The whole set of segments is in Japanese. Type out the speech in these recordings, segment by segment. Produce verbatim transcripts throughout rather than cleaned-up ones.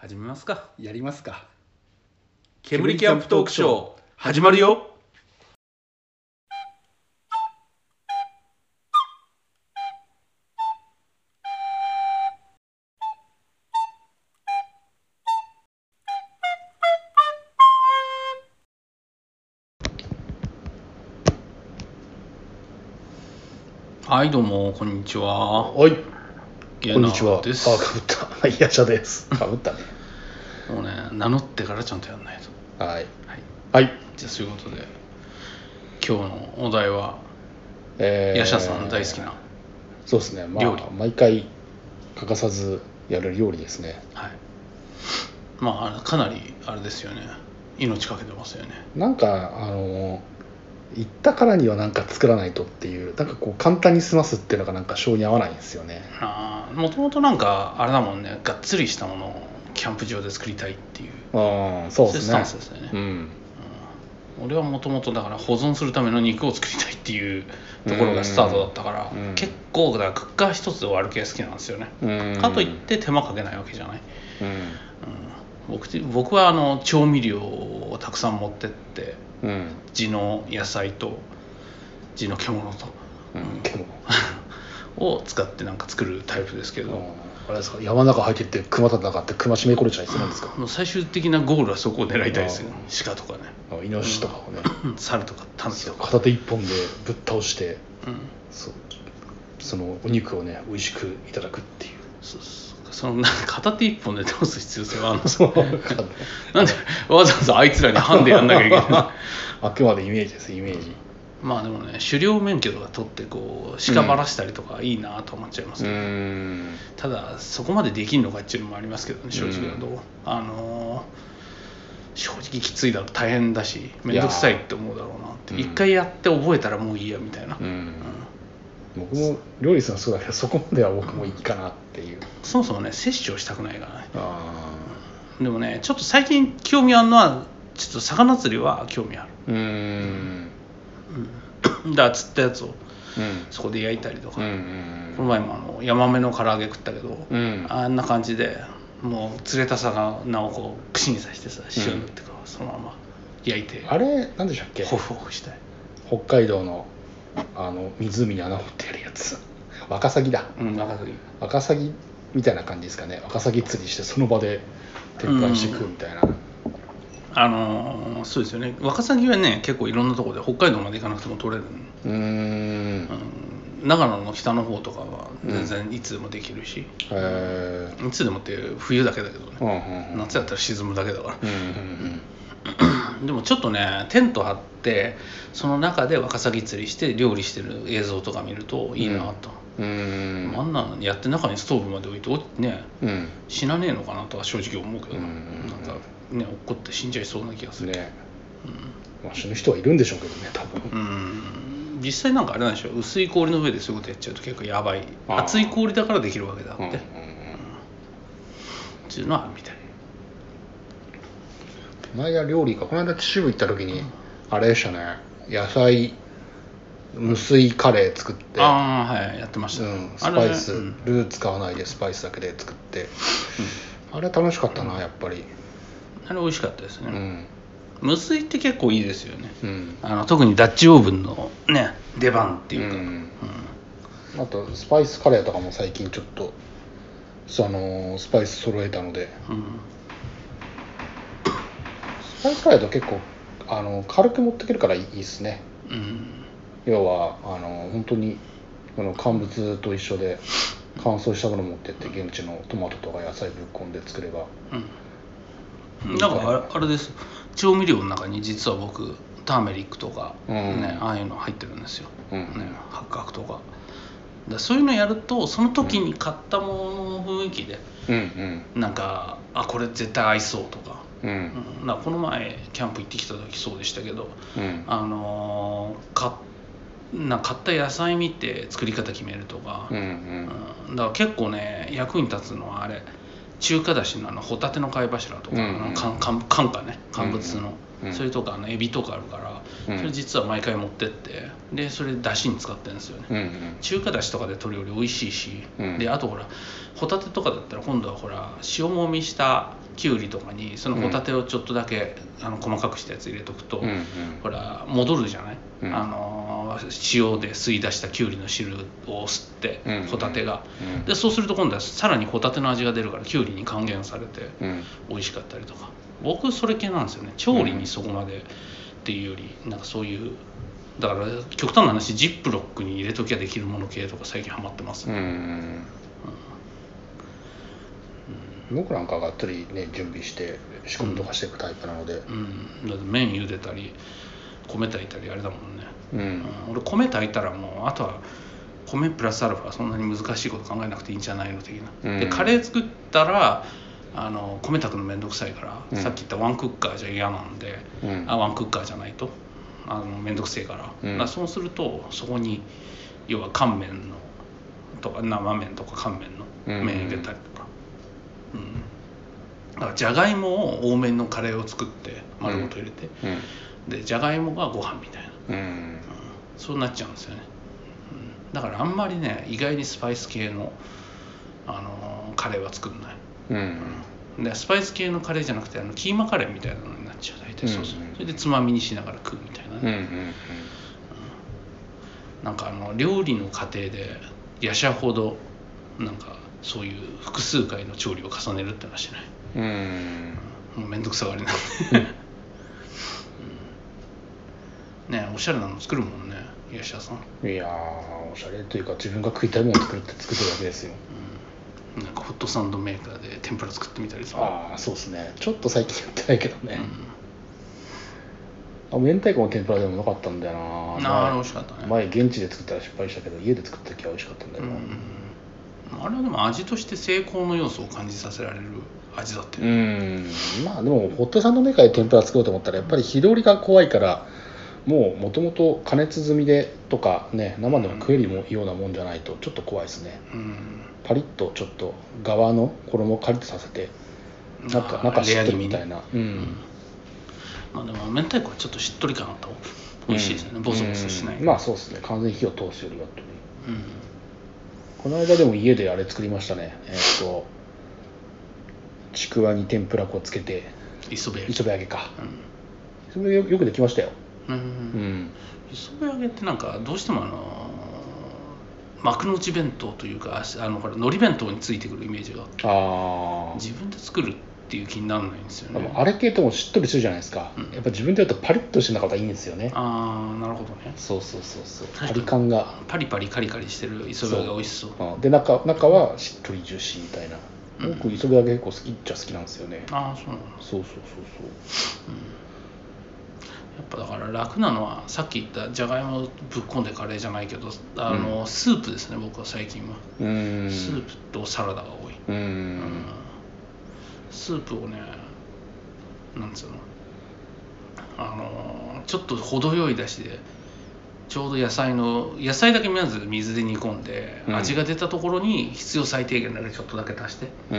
始めますか。 やりますか。 煙キャンプトークショー始まるよ。はい、どうもこんにちは。 はい、 ゲこんにちは。 ナーです。 あ、かぶった。いやしゃです。かぶったね。 もうね、名乗ってからちゃんとやんないと。 はい。 はい。 はい。 じゃあそういうことで、今日のお題は、 えー、 ヤシャさん大好きなそうですね。ま料理あ毎回欠かさずやる料理ですね。 はい。まあかなりあれですよね。命かけてますよね。 なんかあの行ったからにはなんか作らないとっていう、なんかこう簡単に済ますっていうのがなんか性に合わないんですよね。 ああ、もともとなんかあれだもんね、がっつりしたものをキャンプ場で作りたいっていう、 うん、そうですね。 そういうスタンスですよね。 うん。 うん俺はもともとだから保存するための肉を作りたいっていうところがスタートだったから、 うん結構だからクッカー一つで終わる系好きなんですよね。 うんかといって手間かけないわけじゃない。 うんうん僕て僕はあの調味料をたくさん持ってってうん地の野菜と地の獣と、 うんけどを使ってなんか作るタイプですけど、 あれですか、山の中入ってって熊と戦って熊締め殺したりするんですか。 もう最終的なゴールはそこを狙いたいですよ。鹿とかね、 あイノシシとかをね、 うん猿とかタヌキとか、 片手一本でぶっ倒して、 うんそうそのお肉をね美味しくいただくっていう。 そうそうその片手一本で倒す必要性はあるのそうなんでわざわざあいつらにハンデやんなきゃいけないあくまでイメージです、イメージ。 まあでもね、狩猟免許とか取ってこう鹿ばらしたりとかいいなと思っちゃいますうけど、 んただそこまでできんのかっていうのもありますけどね、正直だと、あのー正直きついだろう、大変だし面倒くさいって思うだろうなって、 いやー一回やって覚えたらもういいやみたいな、 うんうん僕も料理するのそうだけど、そこまでは僕もいいかなっていう。 そもそもね摂取をしたくないからね。 あでもねちょっと最近興味あるのはちょっと魚釣りは興味ある。 ーうんだから釣ったやつをうんそこで焼いたりとか、 うんうんこの前もあのヤマメの唐揚げ食ったけど、 うんあんな感じでもう釣れた魚をこう串に刺してさ塩塗ってか、そのまま焼いてあれなんでしたっけ、 ホフホフしたい。 北海道のあの湖に穴掘ってやるやつ、ワカサギだ。 うん、長崎ワカサギみたいな感じですかね。ワカサギ釣りしてその場で鉄板して食うみたいな。 あのー、そうですよね。ワカサギはね結構いろんなところで北海道まで行かなくても取れる、 うーんうん長野の北の方とかは全然いつでもできるし、 へえいつでもって冬だけだけどね、 うんうんうん夏やったら沈むだけだから、 うんうんでもちょっとねテント張ってその中でワカサギ釣りして料理してる映像とか見るといいなと、 うんうんあんなのやって中にストーブまで置いてねうん死なねえのかなとは正直思うけど、 うんなんかね落っこって死んじゃいそうな気がする、 ね、まあ死ぬ人はいるんでしょうけどね多分。 うん実際なんかあれなんでしょう、薄い氷の上でそういうことやっちゃうと結構やばい。 あー熱い氷だからできるわけだって、 うんうんうんっていうのはあるみたい。 この間料理かこの間秩父行った時にあれでしたね、野菜無水カレー作って、 ああはいやってました、 うん、スあれパイス、 うんルー使わないでスパイスだけで作って、あれ楽しかったなやっぱり。 あれ美味しかったですね、 うん無水って結構いいですよね、 うんあの特にダッチオーブンのね出番っていうか、 うんあとスパイスカレーとかも最近ちょっとあのスパイス揃えたので、 うんうんスパイスカレーと結構あの軽く持っていけるからいいですね。 うん要はあの本当にこの乾物と一緒で乾燥したもの持ってって現地のトマトとか野菜ぶっ込んで作れば、 うんだからあれあれです調味料の中に実は僕ターメリックとか、 うんねああいうの入ってるんですよ、 うんね、八角とかだそういうのやるとその時に買ったものの雰囲気で、 うんなんかあこれ絶対合いそうとか、 うんうんうん、だからこの前キャンプ行ってきた時そうでしたけど、 うんあのー、かな買った野菜見て作り方決めるとか、 うんうんうんだから結構ね役に立つのはあれ中華だしのあのホタテの貝柱とか、 うんうんあのかんかんかんかね乾物の、 うんうんそれとかあのエビとかあるから、 うんそれ実は毎回持ってってでそれだしに使ってるんですよね、 うんうん中華だしとかで取るより美味しいし、 うんであとほらホタテとかだったら今度はほら塩もみしたきゅうりとかにそのホタテをちょっとだけ、うん、あの細かくしたやつ入れとくと、 うんうん、 ほら戻るじゃない、 うん、 あの塩で吸い出したきゅうりの汁を吸って、うん、ホタテが、うん、でそうすると今度はさらにホタテの味が出るからきゅうりに還元されて美味しかったりとか、僕それ系なんですよね。調理にそこまでっていうよりなんかそういうだから極端な話ジップロックに入れときゃできるもの系とか最近ハマってますね。うん、 うん、僕なんかがっつりね準備して仕込みとかしていくタイプなので、 うんうん、だって麺茹でたり米炊いたりあれだもんね、 うんうん、 俺米炊いたらもうあとは米プラスアルファそんなに難しいこと考えなくていいんじゃないの的な、うん、でカレー作ったらあの米炊くのめんどくさいから、うん、さっき言ったワンクッカーじゃ嫌なんで、うん、あワンクッカーじゃないとあのめんどくせえから、うん、だからそうするとそこに要は乾麺のとか生麺とか乾麺の麺入れたりとか、うんうん、だからじゃがいもを多めのカレーを作って丸ごと入れて、うん、でじゃがいもがご飯みたいな、うんうん、そうなっちゃうんですよね、うん、だからあんまりね意外にスパイス系の、あのー、カレーは作んない、うんうん、でスパイス系のカレーじゃなくてあのキーマカレーみたいなのになっちゃう大体そうそう、うんうん、それでつまみにしながら食うみたいなね、うんうんうん、なんかあの料理の過程で夜叉ほどなんかそういう複数回の調理を重ねるってのはしない、うん、もうめんどくさがりなんで、うん、ねえおしゃれなの作るもんね夜叉さん。 いやーおしゃれというか自分が食いたいものを作るって作ってるわけですよ、 うん、なんかホットサンドメーカーで天ぷら作ってみたりする。 ああそうですねちょっと最近やってないけどね、うん、あ明太子の天ぷらでもなかったんだよな。 ああ美味しかったね。 前現地で作ったら失敗したけど家で作った時は美味しかったんだよな、うんあれはでも味として成功の要素を感じさせられる味だって、 ね、うんまあでもホットサンドメーカーで天ぷら作ろうと思ったらやっぱり火通りが怖いからもうもともと加熱済みでとかね生でも食えるようなもんじゃないとちょっと怖いですね、うん、パリッとちょっと側の衣をカリッとさせて中中しっとりみたいな、うんうん、 まあでも明太子はちょっとしっとり感あった方が美味しいですね、うん、ボソボソしない、 うん、まあそうですね完全に火を通すよりはと、うん、この間でも家であれ作りましたねえー、っとちくわに天ぷら粉つけて磯辺揚げ磯辺揚げか、うん、磯辺揚げよくできましたよ。うん、うん、 磯辺揚げってなんかどうしてもあの幕の内弁当というかあのほら海苔弁当についてくるイメージがあって自分で作るっていう気にならないんですよね。 あれ系ともしっとりするじゃないですか、うん、やっぱ自分でやるとパリッとしてなかったらいいんですよね。 ああなるほどね。 そうそうそうそうパリ感がパリパリカリカリしてる磯辺揚げが美味しそう、 そうで 中, 中はしっとりジューシーみたいな、うん、僕磯辺揚げ結構好きっちゃ好きなんですよね。 ああそうなんだ。そうそうそうそう、うんやっぱだから楽なのはさっき言ったじゃがいもぶっこんでカレーじゃないけどあの、うん、スープですね。僕は最近はうんスープとサラダが多い。うん、うん、スープをねなんつうのあのちょっと程よい出汁でちょうど野菜の野菜だけまず水で煮込んで、うん、味が出たところに必要最低限だけちょっとだけ足して、うん、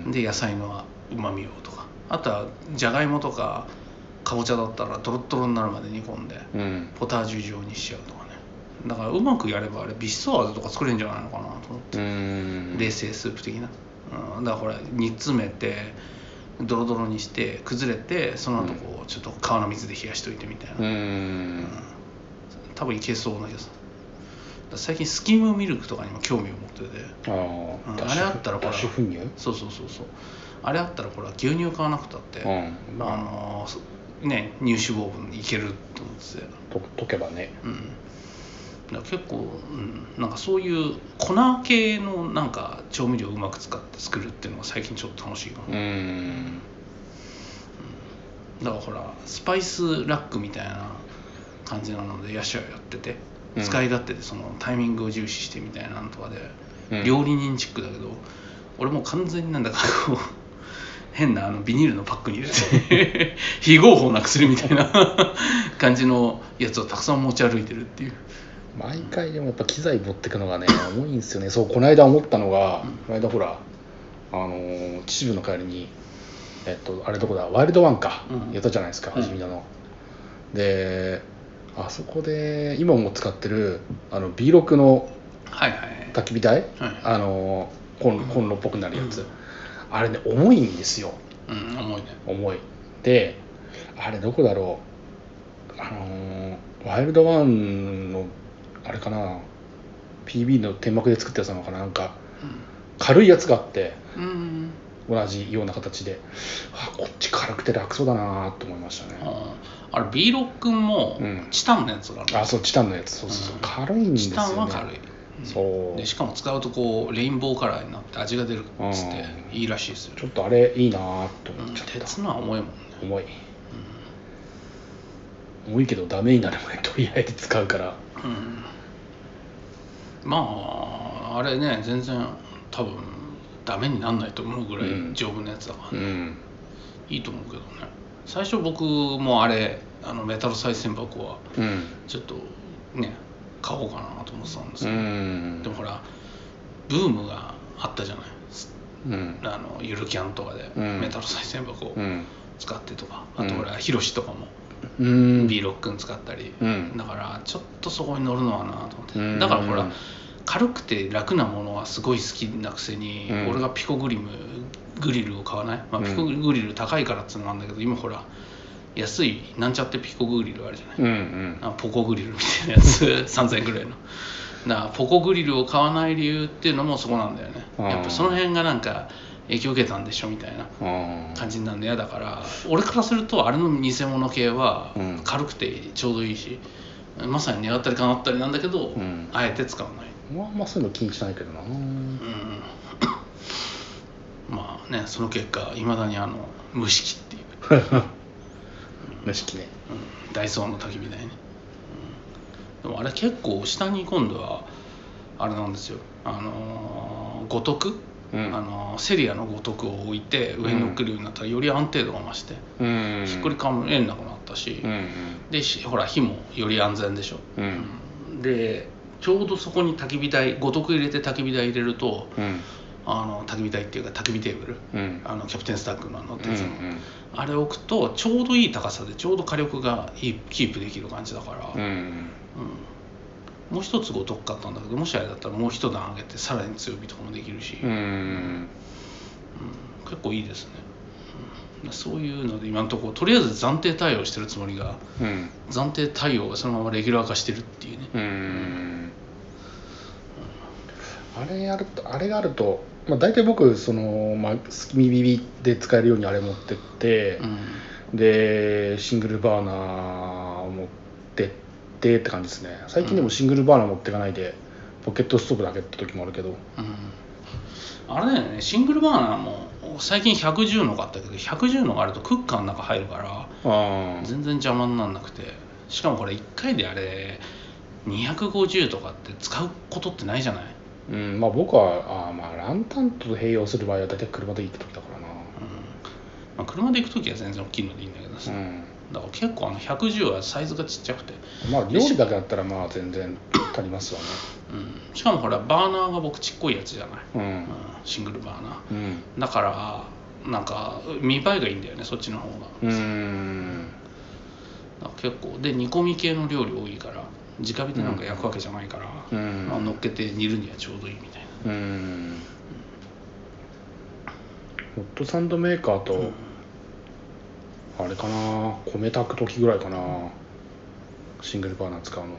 で野菜のうまみをとかあとはじゃがいもとかかぼちゃだったらトロットロになるまで煮込んで、うん、ポタージュ状にしちゃうとかね。だからうまくやればあれビシソワーズとか作れるんじゃないのかなと思って。うん冷製スープ的な、うん、だからほら煮詰めてドロドロにして崩れてその後こうちょっと川の水で冷やしといてみたいな、うんうん、多分いけそうな気がする。最近スキムミルクとかにも興味を持ってて あ,、うん、あれあったらほらそうそうそうそうあれあったらほら牛乳買わなくたって、うん、あのね乳脂肪分いけると思っててと溶けばね、 うん、だから結構、うん、なんかそういう粉系のなんか調味料をうまく使って作るっていうのが最近ちょっと楽しいかな。うん、うん、だからほらスパイスラックみたいな感じなのでヤシャやってて使い勝手でそのタイミングを重視してみたいなのとかで、うん、料理人チックだけど俺もう完全になんだかこう変なあのビニールのパックに入れて非合法な薬みたいな感じのやつをたくさん持ち歩いてるっていう。 毎回でもやっぱ機材持ってくのがね重いんですよね。そうこの間思ったのが、うん、この間ほらあのー、秩父の帰りにえっとあれどこだワイルドワンか、うん、やったじゃないですかはじめだの、うん、であそこで今も使ってるあの ビーろく の焚き火台、はいはい、あのコンロっぽくなるやつ、うん、あれね重いんですよ。 うん重いね。 重いで、あれどこだろう、あのー、ワイルドワンのあれかな ピービー の天幕で作ったやつなのかな、なんか、うん、軽いやつがあって、うん、同じような形で、あこっち軽くて楽そうだなと思いましたね。 あれ ビーロックもチタンのやつがある、 うん、あそうチタンのやつ、そうそうそう、うん、軽いんですよね。 チタンは軽い、うん、そうでしかも使うとこうレインボーカラーになって味が出るっつっていいらしいですよ。 ちょっとあれいいなと思っちゃった、 うん、鉄のは重いもんね。 重い、うん、重いけどダメになるまでとりあえず使うから、うん、 まああれね全然多分ダメにならないと思うぐらい丈夫なやつだからね、うん、いいと思うけどね。最初僕もあれあのメタル賽銭箱はちょっとね、うん、買おうかなと思ってたんですけど、うん、でもほらブームがあったじゃない、うん、あのゆるキャンとかでメタル賽銭箱を使ってとか、うん、あとほらヒロシとかも、うん、ビーロックン使ったり、うん、だからちょっとそこに乗るのはなと思って、うん、だからほら軽くて楽なものはすごい好きなくせに、うん、俺がピコグリムグリルを買わない、まあ、ピコグリル高いからっていうのもあるんだけど、今ほら安いなんちゃってピコグリルあるじゃない、うんうん、あポコグリルみたいなやつさんぜんえんぐらいのだからポコグリルを買わない理由っていうのもそこなんだよね。やっぱその辺がなんか影響を受けたんでしょみたいな感じになるの嫌だから、俺からするとあれの偽物系は軽くてちょうどいいし、まさに願ったり叶ったりなんだけど、うん、あえて使わない。 まあまあそういうの気にしないけどな、うん、 まあねその結果いまだにあの蒸し器っていう蒸し器ね、 うん、ダイソーの焚き火台ね、うん、でもあれ結構下に今度はあれなんですよ、あのー、五徳、うん、あのー、セリアの五徳を置いて上に乗っけるようになったらより安定度が増して、うん、ひっくり返れなくなったし、うん、でほら火もより安全でしょ、うん、でちょうどそこに焚き火台五徳入れて焚き火台入れると、うん、あの焚き火台っていうか焚き火テーブル、うん、あのキャプテンスタックの乗ってるやつの、うんうん、あれ置くとちょうどいい高さでちょうど火力がいいキープできる感じだから、うんうん、もう一つ五徳買ったんだけど、もしあれだったらもう一段上げてさらに強火とかもできるし、うんうん、結構いいですね、うん、そういうので今のところとりあえず暫定対応してるつもりが、うん、暫定対応がそのままレギュラー化してるっていうね、うん、 あれやるとあれがあると、まあ、大体僕その、まあ、炭火火で使えるようにあれ持ってって、うん、でシングルバーナーを持ってってって感じですね。最近でもシングルバーナー持っていかないで、うん、ポケットストーブだけって時もあるけど、うん、 あれだよね、シングルバーナーも最近ひゃくじゅうのがあったけどひゃくじゅうのがあるとクッカーの中入るから全然邪魔にならなくて、しかもこれいっかいであれにひゃくごじゅうとかって使うことってないじゃない。 うん、まあ僕はあまあランタンと併用する場合は大体車で行く時だからな、うんまあ、車で行く時は全然大きいのでいいんだけどさ、うん、だから結構あのひゃくじゅうはサイズがちっちゃくて、 まあ料理だけだったらまあ全然足りますわね、 うん、しかもほらバーナーが僕ちっこいやつじゃない、うんうん、シングルバーナー、うん、だからなんか見栄えがいいんだよねそっちの方が、うん、だから結構で煮込み系の料理多いから直火でなんか焼くわけじゃないから、うんまあ、乗っけて煮るにはちょうどいいみたいな、うん、 ホットサンドメーカーと、うん、あれかな米炊く時ぐらいかなシングルバーナー使うの、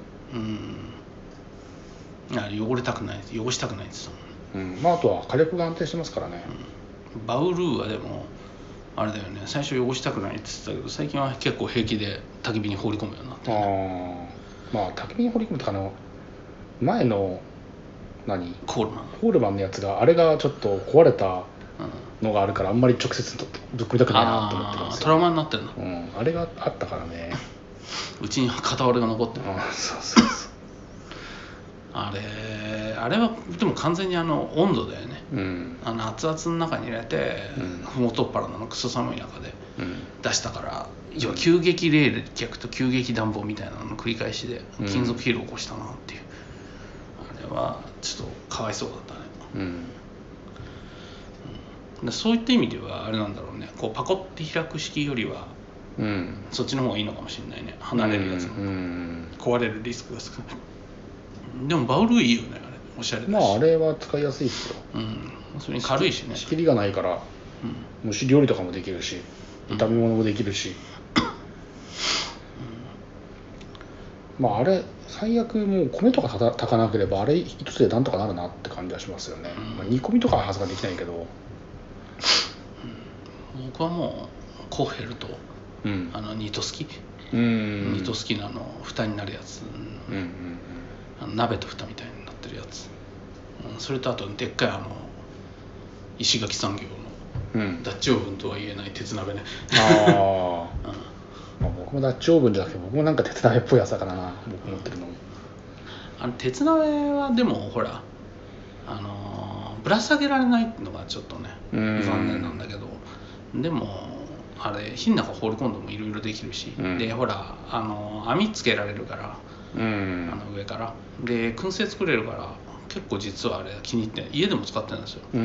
うん、あ汚れたくない汚したくないですよ、 うんまあ、あとは火力が安定してますからね、 うん、バウルーはでもあれだよね最初汚したくないって言ってたけど最近は結構平気で焚き火に放り込むようになって、ね、 あまあ焚き火に放り込むとかの前の何コールマンコールマンのやつがあれがちょっと壊れたのがあるからあんまり直接ぶっ込みたくないなと思ってますよ。 トラウマになってるの、 うん、あれがあったからねうちに片割れが残ってる、 あそうそうそうあれあれはでも完全にあの温度だよね、うん、あの熱々の中に入れて、うん、ふもとっぱらのクソ寒い中で出したから、うん、要は急激冷却と急激暖房みたいなのの繰り返しで金属疲労を起こしたなっていう、うん、あれはちょっとかわいそうだったね、うんうん、そういった意味ではあれなんだろうねこうパコッて開く式よりは、うん、そっちの方がいいのかもしれないね離れるやつの、うんうん、壊れるリスクが少ないでもバウルーいいよねあれおしゃれだしまああれは使いやすいですよ、 うん、それに軽いしね仕切りがないから蒸し料理とかもできるし炒め物もできるし、うん、まああれ最悪もう米とか炊かなければあれ一つでなんとかなるなって感じはしますよね、うんまあ、煮込みとかははずができないけど、うん、 僕はもうコッヘルと、うん、あのニート好きうん、 ニート好きなの蓋になるやつ、うんうんうん、あの鍋と蓋みたいになってるやつ、うん、それとあとでっかいあの石垣産業の、うん、ダッチオーブンとは言えない鉄鍋ねあ、うんまあ、僕もダッチオーブンじゃなくて僕もなんか鉄鍋っぽいやつだからな僕持ってるのも、 うん、あの鉄鍋はでもほらあのぶら下げられないっていうのがちょっとね残念なんだけど、でもあれ火の中放り込んでもいろいろできるし、うん、でほらあの網つけられるから、うん、あの上からで燻製作れるから結構実はあれ気に入って家でも使ってるんですよ、うん、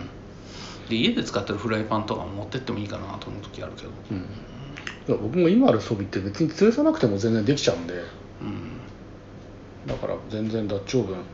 で家で使ってるフライパンとかも持ってってもいいかなと思う時あるけど、うん、いや僕も今ある装備って別に吊るさなくても全然できちゃうんで、うん、だから全然ダッチオーブン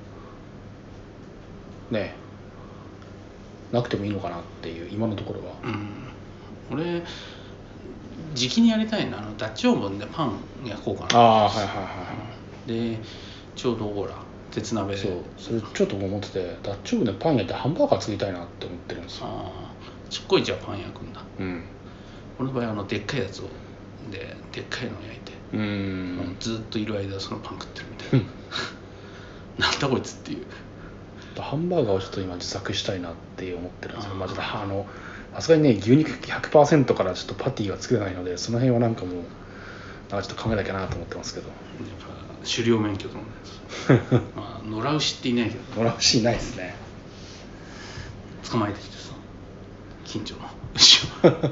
ねなくてもいいのかなっていう今のところは、 うん、俺時期にやりたいなあのダッチオーブンでパン焼こうかな。 ああはいはいはい、 うん、でちょうどほら鉄鍋そうそれちょっと思っててダッチオーブンでパン焼いてハンバーガー作りたいなって思ってるんですよ。 ああちっこいじゃあパン焼くんだ。うんこの場合あのでっかいやつをででっかいのを焼いてうんずっといる間そのパン食ってるみたいななんだこいつっていうハンバーガーをちょっと今自作したいなって思ってるんですよ。まあ、ちょっとあのさすがにね牛肉 ひゃくパーセント からちょっとパティは作れないのでその辺はなんかもうなんかちょっと考えなきゃなと思ってますけど。やっぱ狩猟免許と思うんですまあ野良牛っていないけど野良牛いないですね。 捕まえてきてさ近所の牛を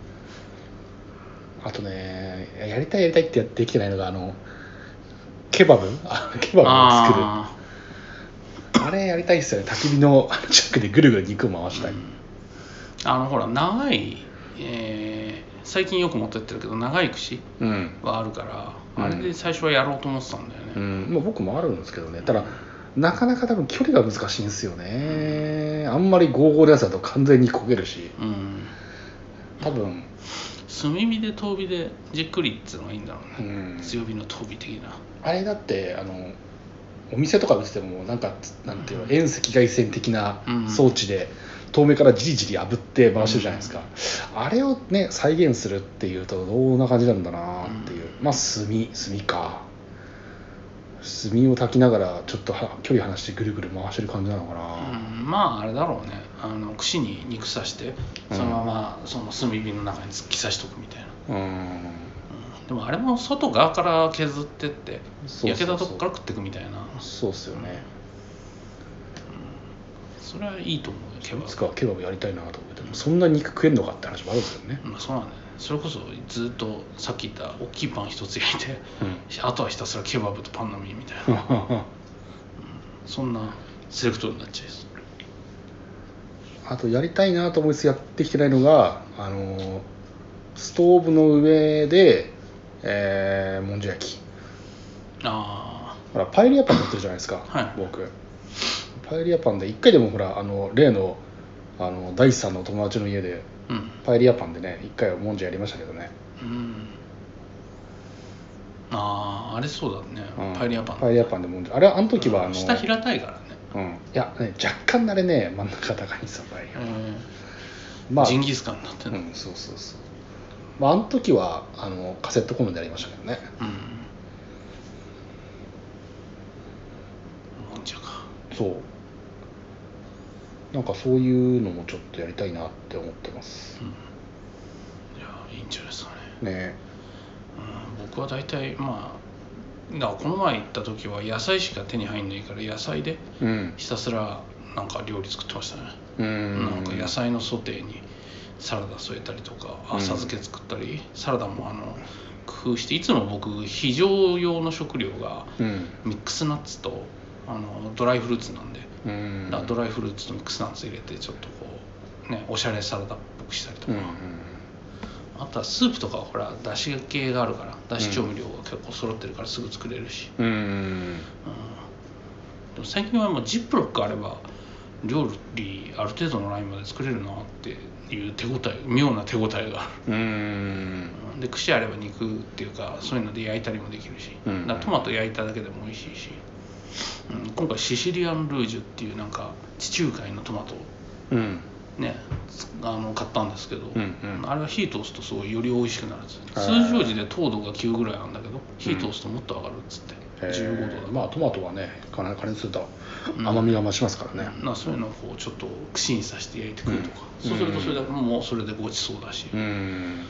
あとねやりたいやりたいってやってきてないのがあのケバブあケバブを作る あ, あれやりたいっすよね。焚き火の近くでぐるぐる肉を回したい、うん、 あのほら長い、えー、最近よく持ってってるけど長い串はあるから、うん、あれで最初はやろうと思ってたんだよね、 うんまあ、僕もあるんですけどね。ただなかなか多分距離が難しいんですよね、うん、あんまりゴーゴーのやつだと完全に焦げるし、うん、多分炭火で遠火でじっくりっていうのがいいんだろうね、うん、強火の遠火的なあれだってあのお店とか見ててもなんかなんていうの、うん、遠赤外線的な装置で遠目からじりじり炙って回してるじゃないですか、うん、あれをね再現するっていうとどんな感じなんだなっていう、うん、まあ炭炭か炭を焚きながらちょっと距離離してぐるぐる回してる感じなのかな、 うん、まああれだろうねあの串に肉刺してそのままその炭火の中に突き刺しとくみたいな、うんうん、でもあれも外側から削ってって焼けたとこから食っていくみたいなそうっすよね、 うん、それはいいと思うよケバブいつかケバブやりたいなと思ってもそんな肉食えんのかって話もあるんですよね、 まあ、そうなんだねそれこそずっとさっき言った大きいパン一つ焼いて、うん、あとはひたすらケバブとパンの実みたいな、うん、そんなセレクトになっちゃいです。 あとやりたいなと思いつつやってきてないのがあのストーブの上で、えー、もんじゃ焼きあほらパエリアパン持ってるじゃないですか、はい、僕パエリアパンで一回でもほらあの例のあの大地さんの友達の家で、うん、パエリアパンでね一回はもんじゃやりましたけどね、うん、 あああれそうだね、うん、パエリアパンパエリアパンでもんじゃあれあの時はあの下平たいからね、 うん、いや、ね、若干あれね真ん中高いんですよパエリアパン、 まあ、ジンギスカンになってる、 うん、そうそうそうまあ、あの時はあのカセットコンロでやりましたけどね、うん、 もんじゃかそうなんかそういうのもちょっとやりたいなって思ってます、うん、 いやいいんじゃないですかねね、 うん、僕は大体まあだからこの前行った時は野菜しか手に入んないから野菜でひたすらなんか料理作ってましたね、うん、なんか野菜のソテーにサラダ添えたりとか浅漬け作ったり、うん、サラダもあの工夫していつも僕非常用の食料がミックスナッツとあのドライフルーツなんで、うん、だドライフルーツとミックスナッツ入れてちょっとこうねおしゃれサラダっぽくしたりとか、うんうん、あとはスープとかはほらだし系があるからだし調味料が結構揃ってるからすぐ作れるし、うんうん、でも最近はもうジップロックあれば料理ある程度のラインまで作れるなっていう手応え妙な手応えがある。うーんで串あれば肉っていうかそういうので焼いたりもできるし、うん、だからトマト焼いただけでも美味しいし、うん、今回シシリアンルージュっていうなんか地中海のトマトを、うんね、あの買ったんですけど、うんうん、あれは火通すとすごいより美味しくなるんです。通常時で糖度がきゅうぐらいなんだけど火通すともっと上がるっつって、うん、じゅうごどだから、 まあトマトはね加熱すると甘みが増しますからね、 うん、なそういうのをこうちょっと串に刺して焼いてくるとか、うん、そうするとそれだけもうそれでごちそうだし、うんうん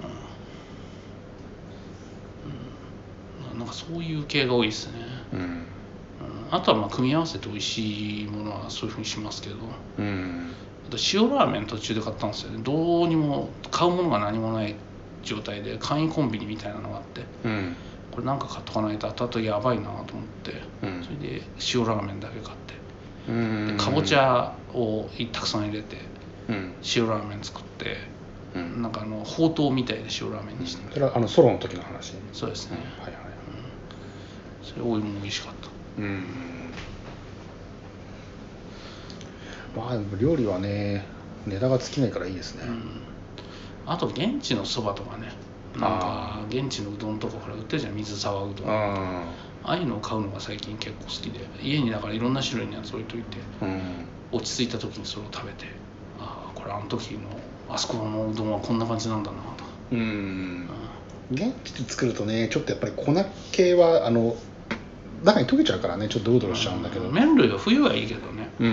うん、なんかそういう系が多いですね、うんうん、あとはまあ組み合わせて美味しいものはそういうふうにしますけど、うん、塩ラーメン途中で買ったんですよね。どうにも買うものが何もない状態で簡易コンビニみたいなのがあって、うん、これなんか買っとかないと後々やばいなと思って、うん、それで塩ラーメンだけ買って、うん、でかぼちゃをたくさん入れて、うん、塩ラーメン作って、うん、なんかあのほうとうみたいで塩ラーメンにして、 うん、それはあのソロの時の話。 そうですね、うん、はいはい、うん、それおいも美味しかった。うん、 まあ料理はね値段が尽きないからいいですね、うん、 あと現地のそばとかね、なんか現地のうどんとかから売ってるじゃん、水沢うどん、あああいうのを買うのが最近結構好きで、家にだからいろんな種類のやつ置いといて、うん、落ち着いた時にそれを食べて、ああこれあの時のあそこのうどんはこんな感じなんだなとか、うん、うん、 現地で作るとねちょっとやっぱり粉系はあの中に溶けちゃうからねちょっとドロドロしちゃうんだけど、 うん、麺類は冬はいいけどね、うん、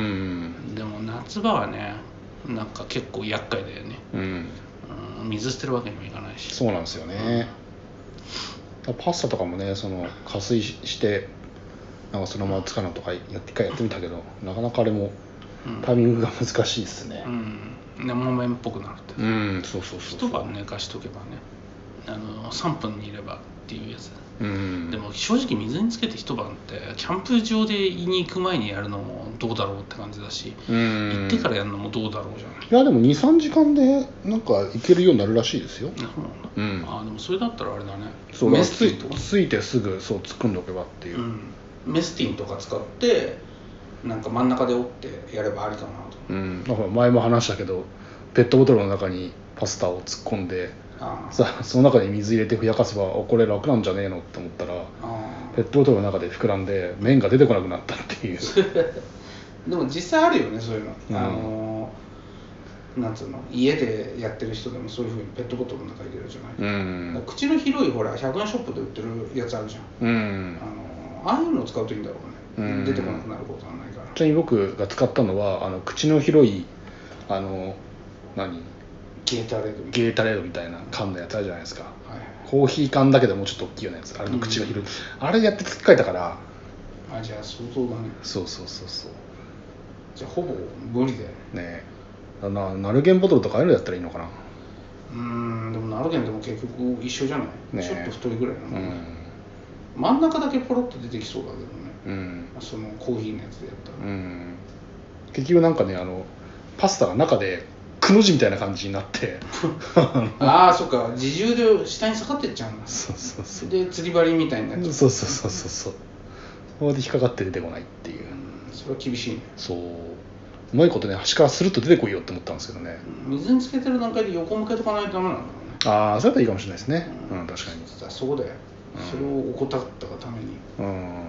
でも夏場はねなんか結構厄介だよね、うんうん、水捨てるわけにもいかないし。 そうなんですよね、うん、パスタとかもねその加水してなんかそのまま使うのとかやって一回やってみたけどなかなかあれもタイミングが難しいですね、 うん、生麺っぽくなるって、 うん、そうそうそうそう、 一晩寝かしとけばねあのさんぷんにいればっていうやつ、うん、でも正直水につけて一晩ってキャンプ場で言いに行く前にやるのもどうだろうって感じだし、うん、行ってからやるのもどうだろうじゃない。 いやでも にさんじかんでなんかいけるようになるらしいですよ。 そうなんだ、うん、あでもそれだったらあれだね、 そうメスティンとかついてすぐそう作んどけばっていう、うん、 メスティンとか使ってなんか真ん中で折ってやればありかなと、 うん、だから前も話したけどペットボトルの中にパスタを突っ込んでさその中に水入れてふやかせばこれ楽なんじゃねえのって思ったらペットボトルの中で膨らんで麺が出てこなくなったっていうでも実際あるよねそういうの、うん、あのなんつうの家でやってる人でもそういうふうにペットボトルの中に入れるじゃない、うん、口の広いほらひゃくえんショップで売ってるやつあるじゃん、うん、あのああいうのを使うといいんだろうね、うん、出てこなくなることはないから。 ちなみに僕が使ったのはあの口の広いあの何ゲータレードゲータレードみたいな缶のやつあるじゃないですか、はいはい、コーヒー缶だけでもうちょっと大きいようなやつあれの口が広い、うん、あれやってつっかえたからあじゃあ相当だね。 そうそうそうそうじゃあほぼ無理だよね。えなナルゲンボトルとかああいうのやったらいいのかな。 うーんでもナルゲンでも結局一緒じゃない、ね、ちょっと太いぐらいなの、うん、真ん中だけポロッと出てきそうだけどね、うん、そのコーヒーのやつでやったら、うん、 結局なんかねあのパスタが中でくの字みたいな感じになってああそっか自重で下に下がってっちゃうんだ。そうそうそうで釣り針みたいになっちゃう。 そうそうそうそうそうそこで引っかかって出てこないっていう、うん、 それは厳しいね。 そううまいことね端からスルッと出てこいよって思ったんですけどね、 水につけてる段階で横向けとかないとダメなんだろうね。 ああそれだったらいいかもしれないですね、うん、うん、確かにそうだよ、うん、それを怠ったがために、うん、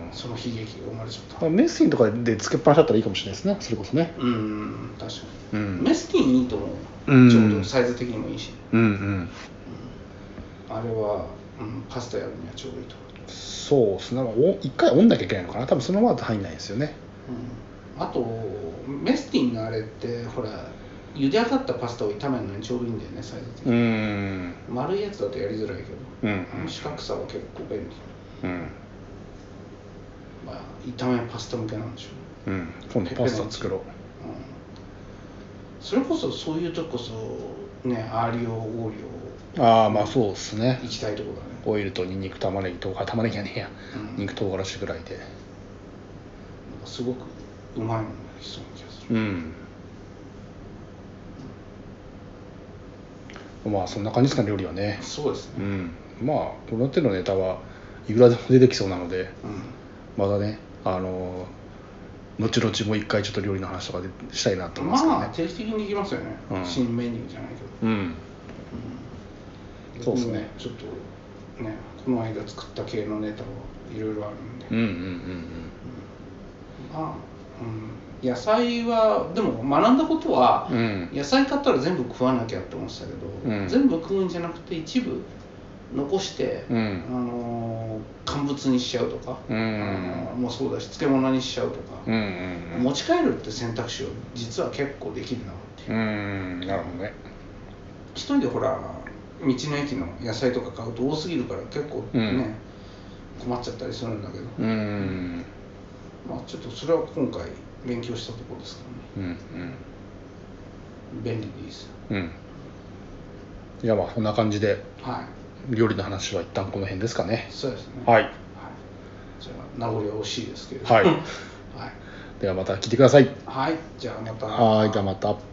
その悲劇が生まれちゃった。 メスティンとかでつけっぱなしだったらいいかもしれないですねそれこそね。 うん確かに、うん、メスティンいいと思う、うん、ちょうどサイズ的にもいいし、うんうんうん、あれは、うん、パスタやるにはちょうどいいと思う。 そうですね一回折んなきゃいけないのかな多分そのままだと入んないですよね、 うん、あとメスティンのあれってほら茹で上がったパスタを炒めるのにちょうどいいんだよねサイズ的に。うん丸いやつだとやりづらいけど、うんうん、四角さは結構便利、うんまあ、炒めパスタ向けなんでしょう、うん、 今度パスタ作ろう、うん、 それこそそういうとこそねアーリオオーリオああまあそうですね行きたいところだね。 オイルとニンニク玉ねぎとか玉ねぎはねえや、うん、肉唐辛子ぐらいでなんかすごくうまいものができそうな気がする。うんまあそんな感じですか料理はね。 そうですね、うん、 まあこの手のネタはいくらでも出てきそうなので、うん、まだねあの後々もう一回ちょっと料理の話とかでしたいなと思いますけどね。 まあ定期的にできますよね、うん、新メニューじゃないけど、うんうん、そうですね。 ちょっとねこの間作った系のネタはいろいろあるんで、うんうんうんうん、まあ、うん、野菜はでも学んだことは、うん、野菜買ったら全部食わなきゃって思ってたけど、うん、全部食うんじゃなくて一部残して、うん、あの乾物にしちゃうとか、うん、あのもうそうだし漬物にしちゃうとか、うんうんうん、持ち帰るって選択肢を実は結構できるなっていう。うん、なるほどね。一人でほら道の駅の野菜とか買うと多すぎるから結構ね、うん、困っちゃったりするんだけど、うん、まあちょっとそれは今回勉強したところですからね、うんうん、便利でいいです。うん。 いやまあこんな感じで、はい、料理の話は一旦この辺ですかね。 そうですね。 はい。はい、 じゃあ名残惜しいですけれども。 はい。はい、ではまた聞いてください。 はい。じゃあまた。 はい。じゃあまた。